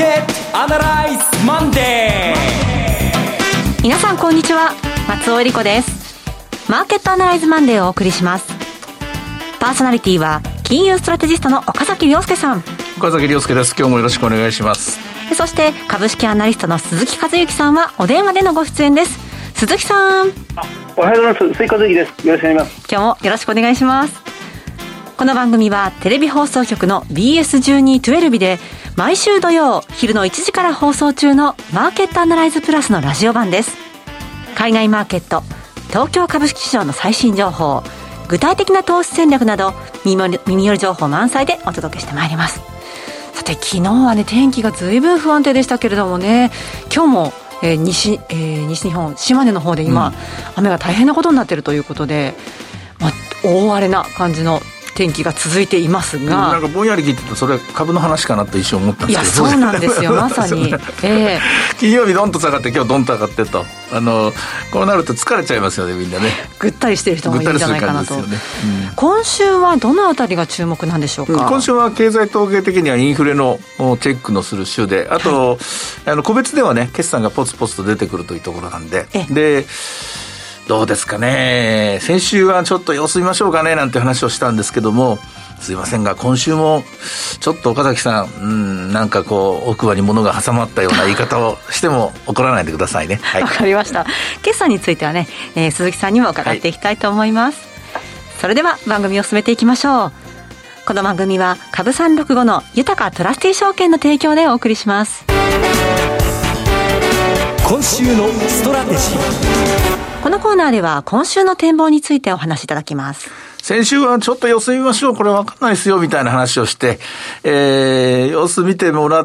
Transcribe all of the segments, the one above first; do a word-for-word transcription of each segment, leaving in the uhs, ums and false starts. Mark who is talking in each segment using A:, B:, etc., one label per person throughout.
A: ケットアナライズマンデー。
B: 皆さんこんにちは、松尾恵理子です。マーケットアナライズマンデーをお送りします。パーソナリティは金融ストラテジストの岡崎亮介さん。
C: 岡崎亮介です。今日もよろしくお願いします。
B: そして株式アナリストの鈴木和之さんはお電話でのご出演です。鈴木さん。
D: おはようございます。鈴木和之です。よろしくお願いします。
B: 今日もよろしくお願いします。この番組はテレビ放送局の ビーエスじゅうにじゅうに で毎週土曜昼のいちじから放送中のマーケットアナライズプラスのラジオ版です。海外マーケット、東京株式市場の最新情報、具体的な投資戦略など耳寄り情報満載でお届けしてまいります。さて昨日はね、天気が随分不安定でしたけれどもね、今日も、えー 西, えー、西日本島根の方で今、うん、雨が大変なことになっているということで、まあ、大荒れな感じの天気が続いていますが、
C: なんかぼんやり聞いててそれは株の話かなと一瞬思ったんですけど、
B: いやそうなんですよまさに、えー、
C: 金曜日ドンと下がって今日ドンと上がってと、あのこうなると疲れちゃいますよね、みんなね。
B: ぐったりしてる人もいるんじゃないかなと、
C: ね、うん、
B: 今週はどのあたりが注目なんでしょうか。
C: 今週は経済統計的にはインフレのチェックのする週で、あと、はい、あの個別ではね決算がポツポツと出てくるというところなんで、でどうですかね、先週はちょっと様子見ましょうかねなんて話をしたんですけども、すいませんが今週もちょっと岡崎さん、うん、なんかこう奥歯に物が挟まったような言い方をしても怒らないでくださいね。
B: わ、はい、かりました。決算についてはね、えー、鈴木さんにも伺っていきたいと思います、はい、それでは番組を進めていきましょう。この番組は株さんろくごの豊かトラスティ証券の提供でお送りします。
A: 今週のストラテジー。
B: このコーナーでは今週の展望についてお話しいただきます。
C: 先週はちょっと様子見ましょう、これ分かんないですよみたいな話をして、えー、様子見てもらって、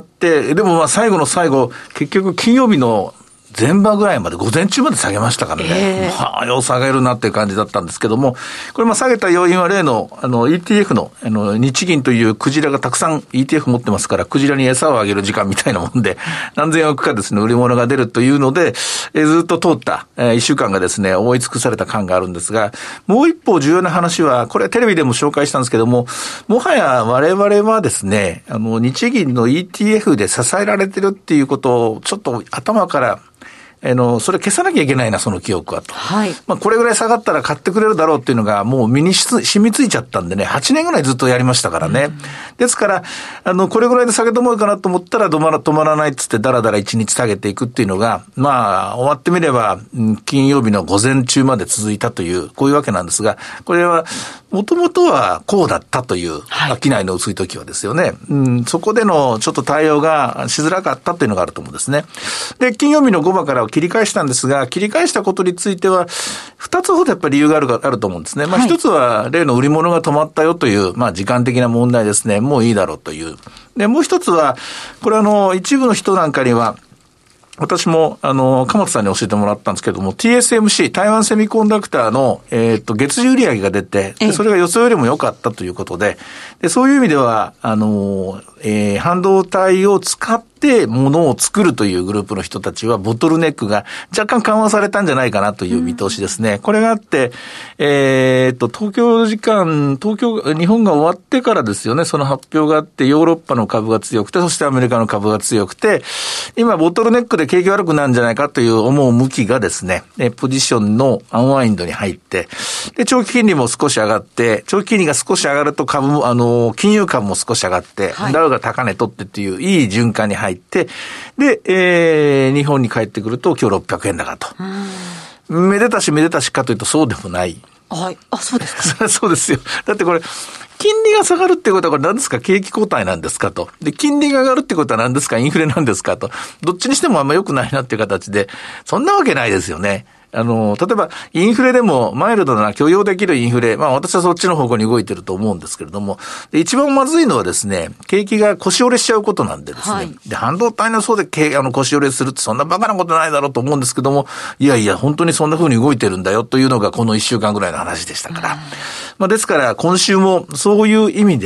C: でもまあ最後の最後結局金曜日の前場ぐらいまで午前中まで下げましたからね、えー、まあよう下げるなっていう感じだったんですけども、これまあ下げた要因は例のあの イーティーエフ のあの日銀というクジラがたくさん イーティーエフ 持ってますから、クジラに餌をあげる時間みたいなもんで何千億かですね売り物が出るというので、えー、ずっと通ったいっ、えー、しゅうかんがですね覆い尽くされた感があるんですが、もう一方重要な話は、これテレビでも紹介したんですけども、もはや我々はですねあの日銀の イーティーエフ で支えられてるっていうことをちょっと頭からあの、それ消さなきゃいけないな、その記憶はと。はい。まあ、これぐらい下がったら買ってくれるだろうっていうのが、もう身に染みついちゃったんでね、はちねんぐらいずっとやりましたからね。うん、ですから、あの、これぐらいで下げ止まるかなと思ったら、止まら、止まらないっつって、だらだら一日下げていくっていうのが、まあ、終わってみれば、金曜日の午前中まで続いたという、こういうわけなんですが、これは、もともとはこうだったという、商いの薄い時はですよね。うん、そこでのちょっと対応がしづらかったっていうのがあると思うんですね。で、金曜日のごばから切り返したんですが、切り返したことについては二つほどやっぱり理由があるあると思うんですね。まあ一つは例の売り物が止まったよというまあ時間的な問題ですね。もういいだろうという。で、もう一つはこれあの一部の人なんかには、私も、あの、鎌田さんに教えてもらったんですけども、ティーエスエムシー、台湾セミコンダクターの、えっと、月次売上が出て、でそれが予想よりも良かったということで、で、そういう意味では、あの、えー、半導体を使って物を作るというグループの人たちは、ボトルネックが若干緩和されたんじゃないかなという見通しですね。うん、これがあって、えっと、東京時間、東京、日本が終わってからですよね、その発表があって、ヨーロッパの株が強くて、そしてアメリカの株が強くて、今、ボトルネックで景気悪くなるんじゃないかという思う向きがですね、ポジションのアンワインドに入って、で、長期金利も少し上がって、長期金利が少し上がると株も、あの、金融株も少し上がって、はい、ダウが高値取ってっていういい循環に入って、で、えー、日本に帰ってくると今日ろっぴゃくえん高と。めでたしめでたしかというとそうでもない。
B: はい。あ、そうですか。
C: そうですよ。だってこれ、金利が下がるってことはこれ何ですか、景気後退なんですかと。で、金利が上がるってことは何ですか、インフレなんですかと。どっちにしてもあんま良くないなっていう形で、そんなわけないですよね。あの、例えば、インフレでもマイルドな許容できるインフレ、まあ私はそっちの方向に動いてると思うんですけれども、一番まずいのはですね、景気が腰折れしちゃうことなんでですね、はい、で、半導体の層で景あの腰折れするってそんなバカなことないだろうと思うんですけども、いやいや、本当にそんな風に動いてるんだよというのがこの一週間ぐらいの話でしたから。まあですから、今週もそういう意味では、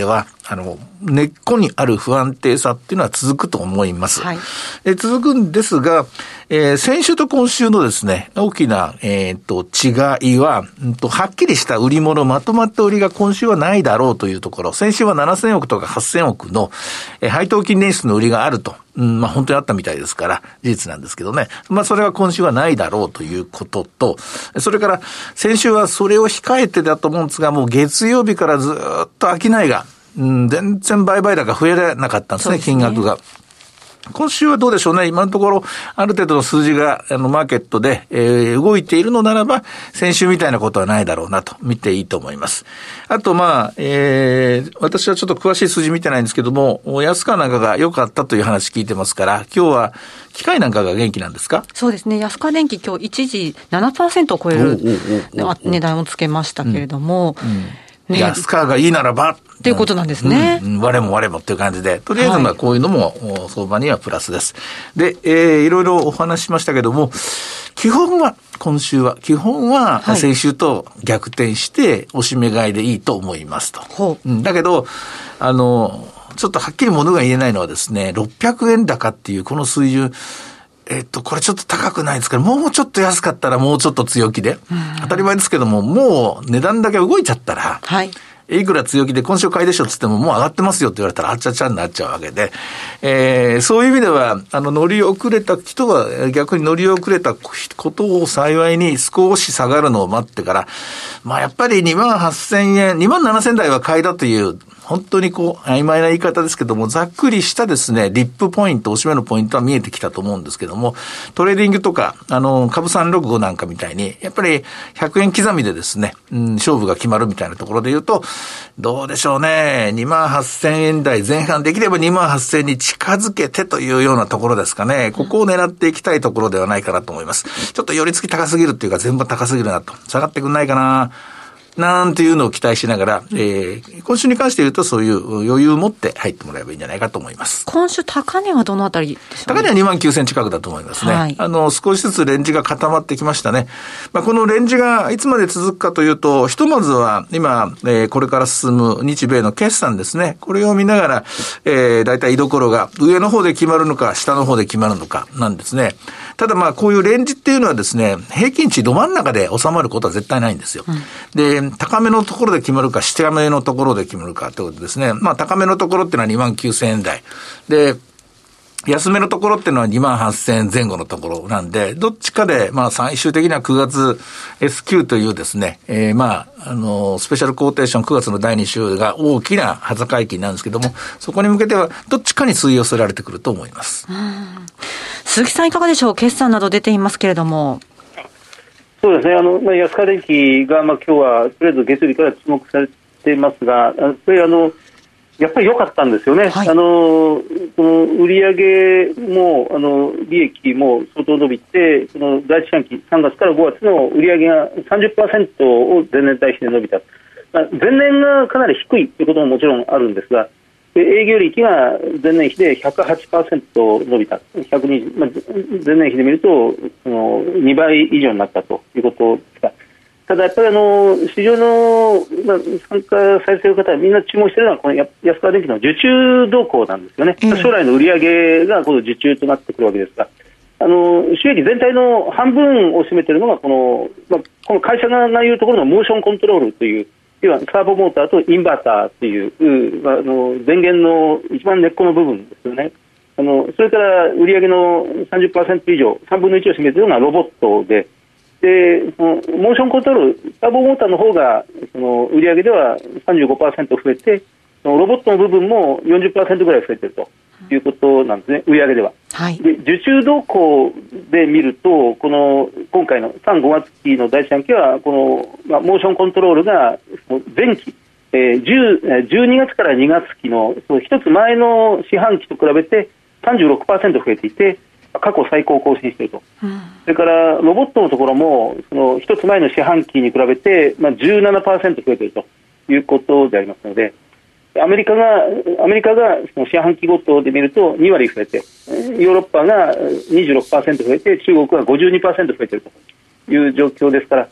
C: あの、根っこにある不安定さっていうのは続くと思います。はい、え続くんですが、えー、先週と今週のですね、大きな、えー、と違いは、うんと、はっきりした売り物、まとまった売りが今週はないだろうというところ、先週はななせんおくとかはっせんおくの、えー、配当金年数の売りがあると、うん、まあ本当にあったみたいですから、事実なんですけどね。まあそれは今週はないだろうということと、それから先週はそれを控えてだと思うんですが、もう月曜日からずっと商いが、うん、全然売買高増えなかったんですね、金額が。今週はどうでしょうね。今のところ、ある程度の数字が、あの、マーケットで、えー、動いているのならば、先週みたいなことはないだろうなと見ていいと思います。あと、まあ、えー、私はちょっと詳しい数字見てないんですけども、安川なんかが良かったという話聞いてますから、今日は、機械なんかが元気なんですか？
B: そうですね。安川電機今日一時 ななパーセント を超える値段をつけましたけれども、うんうん
C: ね、安川がいいならば
B: っていうことなんですね。
C: うん、我も我もっていう感じで、とりあえずまあこういうのも、はい、相場にはプラスです。で、えー、いろいろお話しましたけども、基本は、今週は、基本は先週と逆転しておしめ買いでいいと思いますと。はい、うん、だけど、あの、ちょっとはっきり物が言えないのはですね、ろっぴゃくえん高っていうこの水準、えっと、これちょっと高くないですから、もうちょっと安かったらもうちょっと強気で、当たり前ですけども、もう値段だけ動いちゃったら、はい。いくら強気で今週買いでしょって言ってももう上がってますよって言われたらあっちゃちゃになっちゃうわけで、えー、そういう意味では、あの、乗り遅れた人は逆に乗り遅れたことを幸いに少し下がるのを待ってから、まあやっぱりにまんはっせんえん、にまんななせんだいは買いだという、本当にこう、曖昧な言い方ですけども、ざっくりしたですね、リップポイント、おしめのポイントは見えてきたと思うんですけども、トレーディングとか、あの、株さんろくごなんかみたいに、やっぱりひゃくえん刻みでですね、うん、勝負が決まるみたいなところで言うと、どうでしょうね、にまんはっせんえん台前半、できればにまんはっせんに近づけてというようなところですかね。ここを狙っていきたいところではないかなと思います。ちょっと寄り付き高すぎるっていうか、全部高すぎるなと。下がってくんないかな。なんていうのを期待しながら、えー、今週に関して言うとそういう余裕を持って入ってもらえばいいんじゃないかと思います。
B: 今週高値はどのあたりでしょうね。
C: 高値はにまんきゅうせん近くだと思いますね。はい、あの、少しずつレンジが固まってきましたね。まあ、このレンジがいつまで続くかというと、ひとまずは今、えー、これから進む日米の決算ですね。これを見ながら、えー、だいたい居所が上の方で決まるのか、下の方で決まるのかなんですね。ただまあ、こういうレンジっていうのはですね、平均値ど真ん中で収まることは絶対ないんですよ。うん、で、高めのところで決まるか、下めのところで決まるかということですね。まあ、高めのところっていうのはにまんきゅうせんえん台。で、安めのところっていうのはにまんはっせんえんぜん後のところなんで、どっちかで、まあ、最終的にはくがつ エスキュー というですね、えー、まあ、あの、スペシャルコーテーションくがつのだいに週が大きな端境期なんですけども、そこに向けては、どっちかに吸い寄せられてくると思います。うん、
B: 鈴木さんいかがでしょう？決算など出ていますけれども。
D: そうですね、あの、まあ、安川電機が、まあ、今日は、とりあえず月曜日から注目されていますが、それあの、やっぱり良かったんですよね。はい、あの、この売上も、あの、利益も相当伸びて、その第一四半期、さんがつからごがつの売上が さんじゅっパーセント を前年対比で伸びた。まあ、前年がかなり低いということももちろんあるんですが、で営業利益が前年比で ひゃくはちパーセント 伸びた、ひゃくにじゅう、まあ、前年比で見るとそのにばい以上になったということですが、ただやっぱりあの市場の、まあ、参加されている方はみんな注目しているのはこの安川電機の受注動向なんですよね。うん、将来の売上がこの受注となってくるわけですが、あの収益全体の半分を占めているのがこの、まあ、この会社が言うところのモーションコントロールという、要はサーボモーターとインバーターという、あの電源の一番根っこの部分ですよね。あのそれから売上の さんじゅっパーセント 以上、さんぶんのいちを占めているのがロボットで、でそのモーションコントロール、サーボモーターの方がその売上では さんじゅうごパーセント 増えて、そのロボットの部分も よんじゅっパーセント ぐらい増えているということなんですね、売上では。はい、で受注動向で見ると、この今回のさん、ごがつ期の第一半期はこの、まあ、モーションコントロールが前期、えー、じゅう、じゅうにがつからにがつ期のその一つ前の四半期と比べて さんじゅうろくパーセント 増えていて、過去最高を更新していると。うん、それからロボットのところもその一つ前の四半期に比べて、まあ、じゅうななパーセント 増えているということでありますので、アメリカがアメリカがその四半期ごとで見るとにわり増えて、ヨーロッパが にじゅうろくパーセント 増えて、中国が ごじゅうにパーセント 増えているという状況ですから、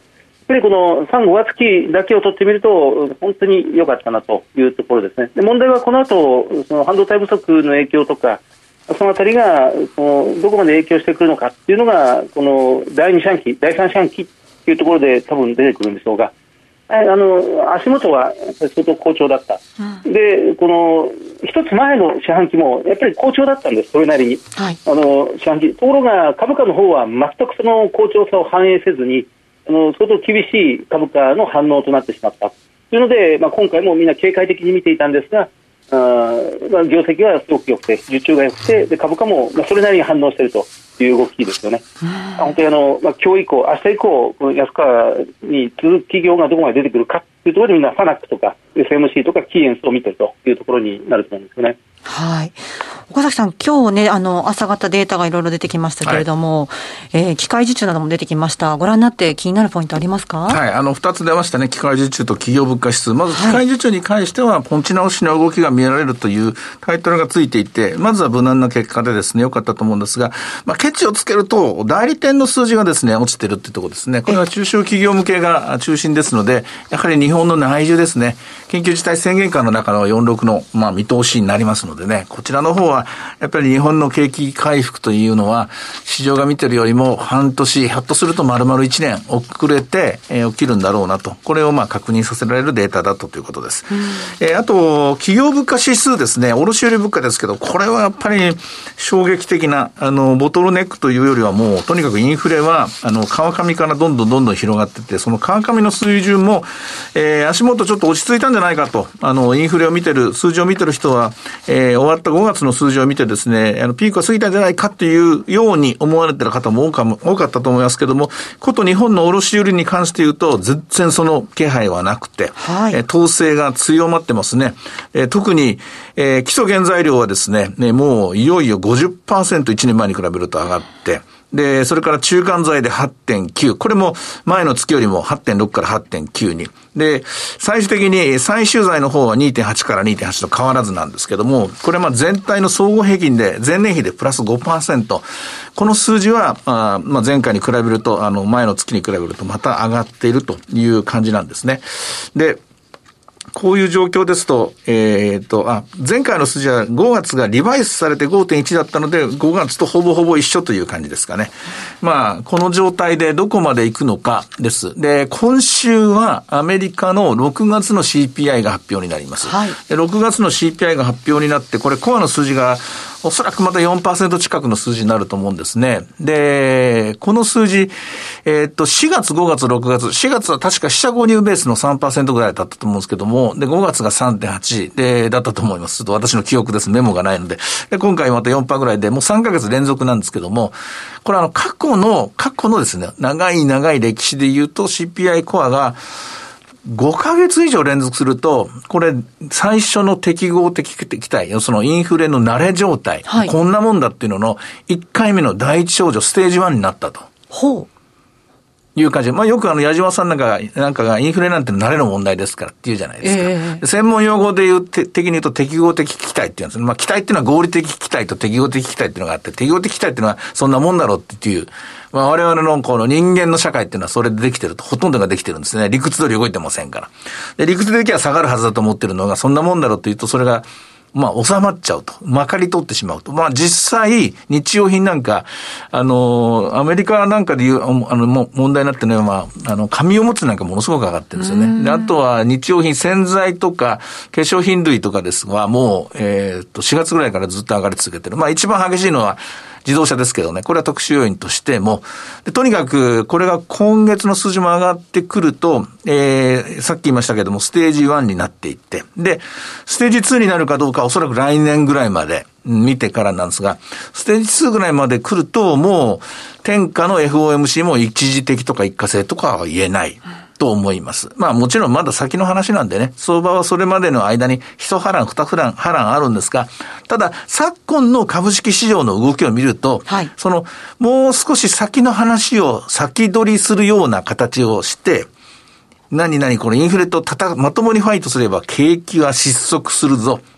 D: ぱりこのさん、ごがつ期だけを取ってみると本当に良かったなというところですね。で、問題はこの後その半導体不足の影響とか、そのあたりがこのどこまで影響してくるのかっていうのがこのだいに四半期、だいさん四半期っていうところで多分出てくるんでしょうが、あの足元は相当好調だった、うん、でこの一つ前の四半期もやっぱり好調だったんです、それなりに、はい、あの四半期。ところが株価の方は全くその好調さを反映せずに、あの相当厳しい株価の反応となってしまったというので、まあ、今回もみんな警戒的に見ていたんですが、あ、まあ、業績はすごく良くて、受注が良くて、で株価もそれなりに反応しているという動きですよね。本当にあの、まあ、今日以降、明日以降、この安川に続く企業がどこまで出てくるかというところで、みんなファナックとか エスエムシー とかキーエンスを見ているというところになると思うんですよね。
B: はい。岡崎さん、今日ね、あの、朝方データがいろいろ出てきましたけれども、はい、えー、機械受注なども出てきました。ご覧になって気になるポイントありますか？
C: はい、あの、二つ出ましたね。機械受注と企業物価指数。まず、機械受注に関しては、ポンチ直しの動きが見られるというタイトルがついていて、まずは無難な結果でですね、良かったと思うんですが、まあ、ケチをつけると、代理店の数字がですね、落ちてるっていうところですね。これは中小企業向けが中心ですので、やはり日本の内需ですね、緊急事態宣言下の中のよんじゅうろくの、まあ、見通しになりますのでね、こちらの方は、やっぱり日本の景気回復というのは、市場が見てるよりも半年、ひょっとすると丸々いちねん遅れて、えー、起きるんだろうなと。これをまあ確認させられるデータだったということです。えー、あと、企業物価指数ですね、卸売物価ですけど、これはやっぱり衝撃的な、あの、ボトルネックというよりはもう、とにかくインフレは、あの、川上からどんどんどんどん広がっていって、その川上の水準も、えー、足元ちょっと落ち着いたんじゃないかと、あの、インフレを見てる、数字を見てる人は、えー、終わったごがつの数字を見てですね、あの、ピークは過ぎたんじゃないかっていうように思われている方も多か、多かったと思いますけども、こと日本の卸売に関して言うと、全然その気配はなくて、はい、えー、統制が強まってますね。えー、特に、えー、基礎原材料はですね、ね、もういよいよ ごじゅっパーセントいちねんまえに比べると上がって、で、それから中間材で はってんきゅう。これも前の月よりも はってんろく から はってんきゅう に。で、最終的に最終材の方は にてんはち から にてんはち と変わらずなんですけども、これまあ全体の総合平均で前年比でプラス ごパーセント。この数字は、あまあ前回に比べると、あの前の月に比べるとまた上がっているという感じなんですね。で、こういう状況ですと、えっと、あ、前回の数字はごがつがリバイスされて ごてんいち だったので、ごがつとほぼほぼ一緒という感じですかね。まあ、この状態でどこまで行くのかです。で、今週はアメリカのろくがつの シーピーアイ が発表になります。はい、でろくがつの シーピーアイ が発表になって、これコアの数字がおそらくまた よんパーセント 近くの数字になると思うんですね。で、この数字、えっと、しがつ、ごがつ、ろくがつ、しがつは確か四捨五入ベースの さんパーセント ぐらいだったと思うんですけども、で、ごがつが さんてんはち で、だったと思います。ちょっと私の記憶です。メモがないので。で、今回また よんパーセント ぐらいで、もうさんかげつ連続なんですけども、これあの、過去の、過去のですね、長い長い歴史で言うと シーピーアイ コアが、ごかげつ以上連続すると、これ、最初の適合的期待、そのインフレの慣れ状態、はい、こんなもんだっていうのの、いっかいめの第一症状、ステージワンになったと。ほう。いう感じで。まあよくあの、矢島さんなんかが、なんかがインフレなんて慣れの問題ですからって言うじゃないですか。えー、専門用語で言う、て的に言うと適合的期待っていうんですね。まあ期待っていうのは合理的期待と適合的期待っていうのがあって、適合的期待っていうのはそんなもんだろうっていう。まあ我々のこの人間の社会っていうのはそれでできてると、ほとんどができてるんですね。理屈通り動いてませんから。で、理屈的には下がるはずだと思ってるのが、そんなもんだろうって言うと、それが、まあ、収まっちゃうと。まかり取ってしまうと。まあ、実際、日用品なんか、あの、アメリカなんかでいう、あの、も問題になってるのは、まあ、あの、紙おむつなんかものすごく上がってるんですよね。で、あとは、日用品、洗剤とか、化粧品類とかですが、もう、えっと、しがつぐらいからずっと上がり続けてる。まあ、一番激しいのは、自動車ですけどね、これは特殊要因としても、でとにかくこれが今月の数字も上がってくると、えー、さっき言いましたけども、ステージワンになっていって、で、ステージツーになるかどうかおそらく来年ぐらいまで見てからなんですが、ステージツーぐらいまで来ると、もう、天下の エフオーエムシー も一時的とか一過性とかは言えない。と思います。まあもちろんまだ先の話なんでね、相場はそれまでの間に一波乱二波乱波乱あるんですが、ただ昨今の株式市場の動きを見ると、はい、そのもう少し先の話を先取りするような形をして、何々これインフレとたたまともにファイトすれば景気は失速するぞ。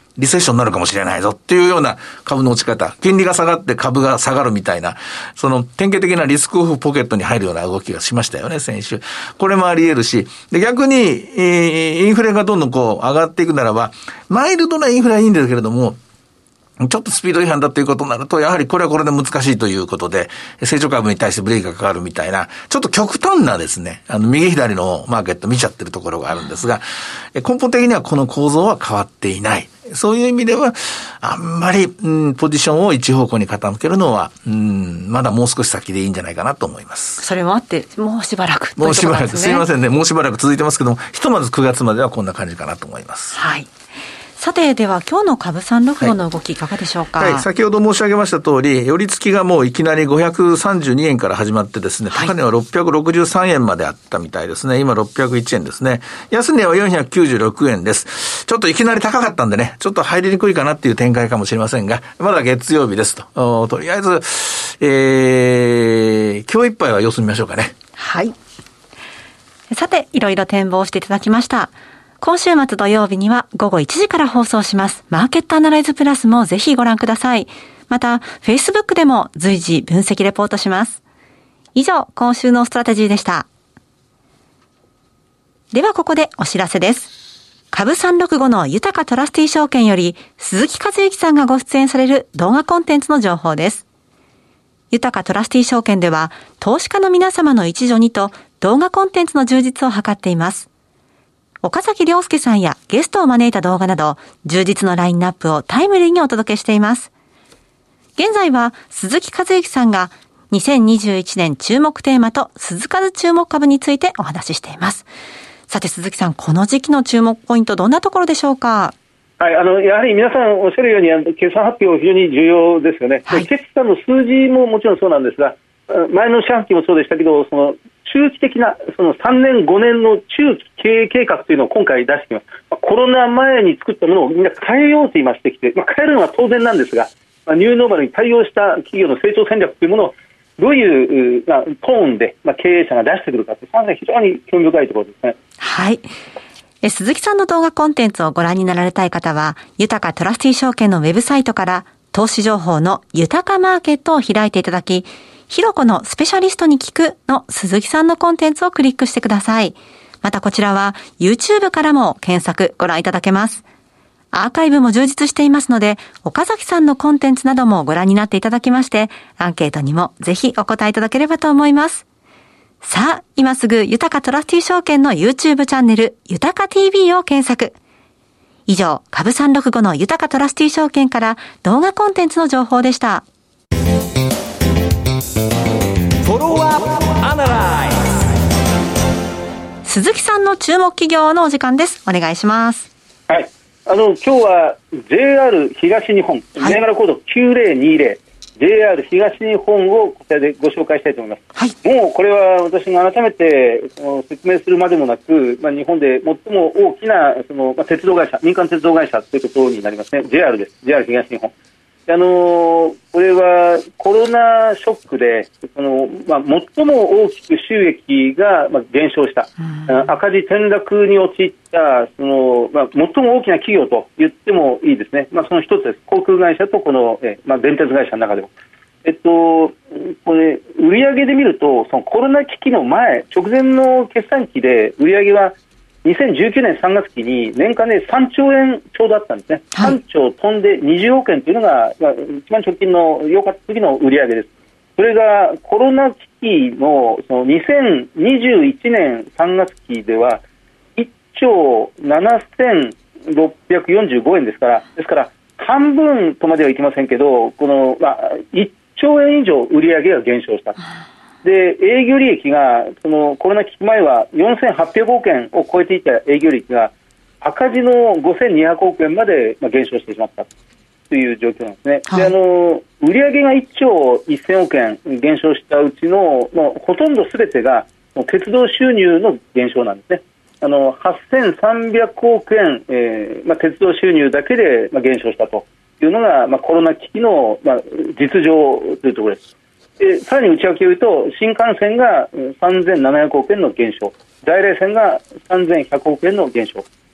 C: リセッションになるかもしれないぞっていうような株の落ち方、金利が下がって株が下がるみたいな、その典型的なリスクオフポケットに入るような動きがしましたよね、先週。これもあり得るし、で逆に、えー、インフレがどんどんこう上がっていくならば、マイルドなインフレはいいんですけれども、ちょっとスピード違反だということになると、やはりこれはこれで難しいということで、成長株に対してブレーキがかかるみたいな、ちょっと極端なですね、あの、右左のマーケット見ちゃってるところがあるんですが、根本的にはこの構造は変わっていない。そういう意味では、あんまり、うん、ポジションを一方向に傾けるのは、うん、まだもう少し先でいいんじゃないかなと思います。
B: それもあって、もうしばらく、
C: もうしばらく、すいませんね、もうしばらく続いてますけども、ひとまずくがつまではこんな感じかなと思います。
B: はい。さて、では今日の株さんろくごの動きいかがでしょうか。
C: はい、はい、先ほど申し上げました通り、寄り付きがもういきなりごひゃくさんじゅうにえんから始まってですね、高値はろっぴゃくろくじゅうさんえんまであったみたいですね。今ろっぴゃくいちえんですね。安値はよんひゃくきゅうじゅうろくえんです。ちょっといきなり高かったんでね、ちょっと入りにくいかなっていう展開かもしれませんが、まだ月曜日ですと。とりあえず、えー、今日いっぱいは様子見ましょうかね。
B: はい。さて、いろいろ展望していただきました。今週末土曜日には午後いちじから放送します。マーケットアナライズプラスもぜひご覧ください。また、Facebook でも随時分析レポートします。以上、今週のストラテジーでした。ではここでお知らせです。株さんろくごの豊かトラスティ証券より鈴木和之さんがご出演される動画コンテンツの情報です。豊かトラスティ証券では投資家の皆様の一助にと動画コンテンツの充実を図っています。岡崎亮介さんやゲストを招いた動画など、充実のラインナップをタイムリーにお届けしています。現在は鈴木和之さんがにせんにじゅういちねん注目テーマと鈴数注目株についてお話ししています。さて鈴木さん、この時期の注目ポイントどんなところでしょうか。
D: はい、あのやはり皆さんおっしゃるように決算発表非常に重要ですよね。はい、決算の数字ももちろんそうなんですが、前の四半期もそうでしたけど、その中期的なそのさんねんごねんの中期経営計画というのを今回出してきます。コロナ前に作ったものをみんな変えようと今してきて、まあ、変えるのは当然なんですが、まあ、ニューノーマルに対応した企業の成長戦略というものをどういう、まあ、トーンで、まあ、経営者が出してくるかというのは非常に興味深いところですね。
B: はい。え鈴木さんの動画コンテンツをご覧になられたい方は、豊かトラスティ証券のウェブサイトから投資情報の豊かマーケットを開いていただき、ひろこのスペシャリストに聞くの鈴木さんのコンテンツをクリックしてください。またこちらは YouTube からも検索ご覧いただけます。アーカイブも充実していますので、岡崎さんのコンテンツなどもご覧になっていただきまして、アンケートにもぜひお答えいただければと思います。さあ、今すぐ豊かトラスティ証券の YouTube チャンネル、豊か ティービー を検索。以上、株さんろくごの豊かトラスティ証券から動画コンテンツの情報でした。
A: フォローアップアナライズ。
B: 鈴木さんの注目企業のお時間です。お願いします。
D: はい。あの、今日は ジェイアール 東日本、銘柄コードきゅうぜろにぜろ、ジェイアール 東日本をこちらでご紹介したいと思います。はい、もうこれは私が改めて説明するまでもなく、まあ、日本で最も大きなその、まあ、鉄道会社、民間鉄道会社ということになりますね。ジェイアール です。ジェイアール 東日本。あのー、これはコロナショックでその、まあ、最も大きく収益が、まあ、減少した、うん、赤字転落に陥ったその、まあ、最も大きな企業と言ってもいいですね。まあ、その一つです。航空会社とこの、えまあ、電鉄会社の中でも、えっと、これ売上で見るとそのコロナ危機の前直前の決算期で売上はにせんじゅうきゅうねんさんがつ期に年間でさんちょうえんちょうどあったんですね。はい、さんちょう飛んでにじゅうおくえんというのが、まあ、一番直近の良かった時の売上です。それがコロナ危機 の, そのにせんにじゅういちねんさんがつ期ではいっちょうななせんろっぴゃくよんじゅうごえんですから、ですから半分とまではいきませんけど、この、まあ、いっちょうえん以上売上が減少した。で営業利益がそのコロナ危機前はよんせんはっぴゃくおくえんを超えていた営業利益が赤字のごせんにひゃくおくえんまで減少してしまったという状況なんですね。はい、であの売上がいっちょうせんおくえん減少したうちの、まあ、ほとんど全てが鉄道収入の減少なんですね。あのはっせんさんびゃくおくえん、えーまあ、鉄道収入だけで、まあ、減少したというのが、まあ、コロナ危機の、まあ、実情というところです。でさらに内訳を言うと新幹線がさんぜんななひゃくおくえんの減少、在来線がさんぜんひゃくおくえんの減少、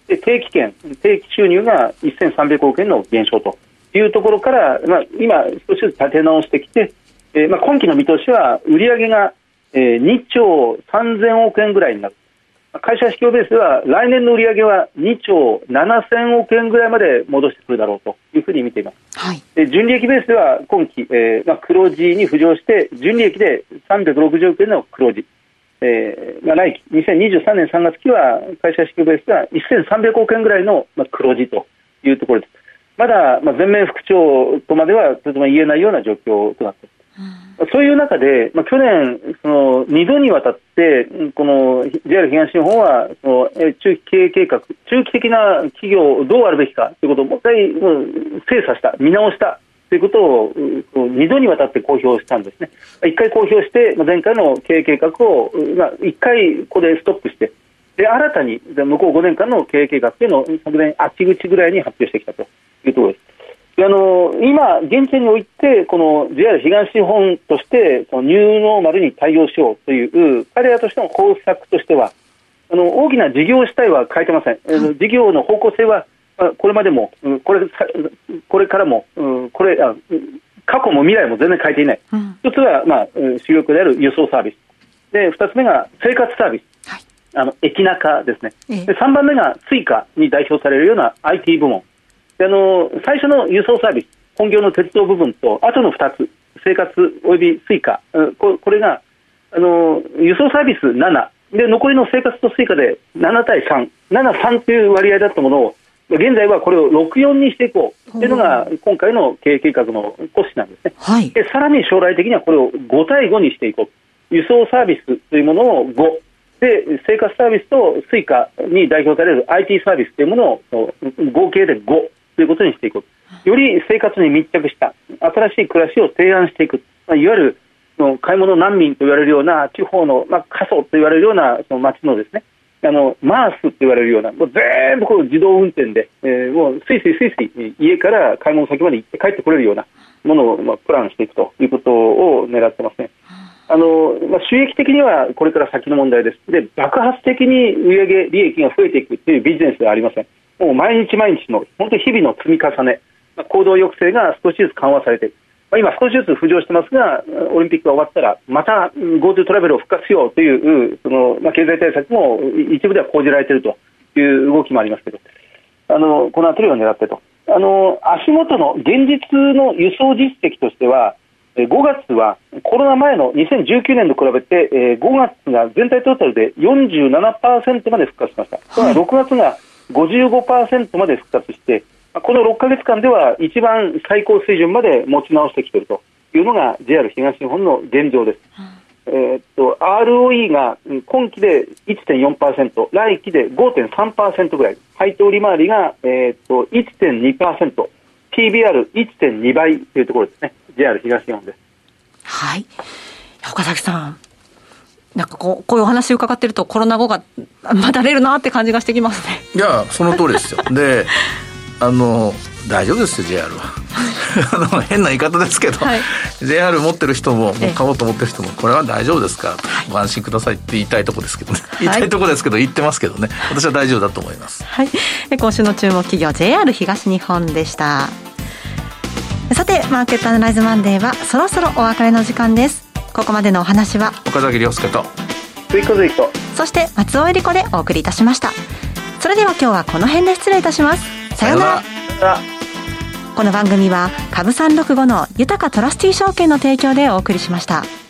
D: で定期券、定期収入がせんさんびゃくおくえんの減少というところから、まあ、今、少しずつ立て直してきて、えーまあ、今期の見通しは売上が、えー、にちょうさんぜんおくえんぐらいになる。会社指標ベースでは来年の売上はにちょうななせんおくえんぐらいまで戻してくるだろうというふうに見ています、はい、で純利益ベースでは今期、えーまあ、黒字に浮上して純利益でさんびゃくろくじゅうおくえんの黒字、えーまあ、来期にせんにじゅうさんねんさんがつ期は会社指標ベースではせんさんびゃくおくえんぐらいの、まあ、黒字というところです。まだ、まあ、全面復調とまではとても言えないような状況となっています。そういう中で、まあ、去年そのにどにわたってこの ジェイアール 東日本はその中期経営計画、中期的な企業どうあるべきかということをもう一回精査した、見直したということをにどにわたって公表したんですね。いっかい公表して前回の経営計画をいっかいここでストップして、で新たに向こうごねんかんの経営計画というのを昨年秋口ぐらいに発表してきたというところです。あの今、現地においてこの ジェイアール 東日本としてそのニューノーマルに対応しようという彼らとしての方策としてはあの大きな事業主体は変えてません、うん、事業の方向性はこれまでもこれ、これからもこれあ過去も未来も全然変えていない、うん、一つは、まあ、主力である輸送サービスで、二つ目が生活サービス、はい、あの駅ナカですね、でさんばんめがスイカに代表されるような アイティー 部門で、あの最初の輸送サービス、本業の鉄道部分と後のふたつ、生活およびスイカ、こ, これがあの輸送サービスななで、残りの生活とスイカでななたいさん、ななたいさんという割合だったものを現在はこれをろくたいよんにしていこうというのが今回の経営計画の骨子なんですね、はい、でさらに将来的にはこれをごたいごにしていこう、輸送サービスというものをごで、生活サービスとスイカに代表される アイティー サービスというものを合計でごということにしていく、より生活に密着した新しい暮らしを提案していく、まあ、いわゆるの買い物難民と言われるような地方の、まあ、過疎と言われるようなその街のですね、あのマースと言われるようなもう全部こう自動運転で、えー、もうスイスイスイスイ家から買い物先まで行って帰ってこれるようなものを、まあ、プランしていくということを狙ってますね。あのまあ、収益的にはこれから先の問題です。で、爆発的に売上利益が増えていくというビジネスではありません。もう毎日毎日の本当に日々の積み重ね、まあ、行動抑制が少しずつ緩和されている、まあ、今少しずつ浮上してますが、オリンピックが終わったらまた GoTo トラベルを復活しようというその、まあ、経済対策も一部では講じられているという動きもありますけど、あのこのあたりを狙ってと、あの足元の現実の輸送実績としてはごがつはコロナ前のにせんじゅうきゅうねんと比べてごがつが全体トータルで よんじゅうななパーセント まで復活しました。はい、ろくがつが ごじゅうごパーセント まで復活して、このろっかげつかんでは一番最高水準まで持ち直してきているというのが ジェイアール 東日本の現状です。うん、えー、っと アールオーイー が今期で いってんよんパーセント、来期で ごてんさんパーセント ぐらい、配当利回りが、えー、っと いってんにパーセント、ピービーアールいってんに 倍というところですね。ジェイアール 東日本です。
B: はい。岡崎さん、なんかこう、こういうお話を伺ってるとコロナ後がまだ出るなって感じがしてきますね。
C: いや、その通りですよ。で、あの大丈夫ですよ ジェイアール は。あの変な言い方ですけど、はい、ジェイアール 持ってる人も、もう買おうと思ってる人もこれは大丈夫ですから、はい、ご安心くださいって言いたいところですけどね、言いたいところですけど言ってますけどね、私は大丈夫だと思います。
B: はい、今週の注目企業 ジェイアール 東日本でした。さて、マーケットアナライズマンデーはそろそろお別れの時間です。ここまでのお話は
C: 岡崎亮介と
D: 鈴木和之と、
B: そして松尾恵理子でお送りいたしました。それでは今日はこの辺で失礼いたします。さようなら。この番組は株さんろくごの豊かトラスティ証券の提供でお送りしました。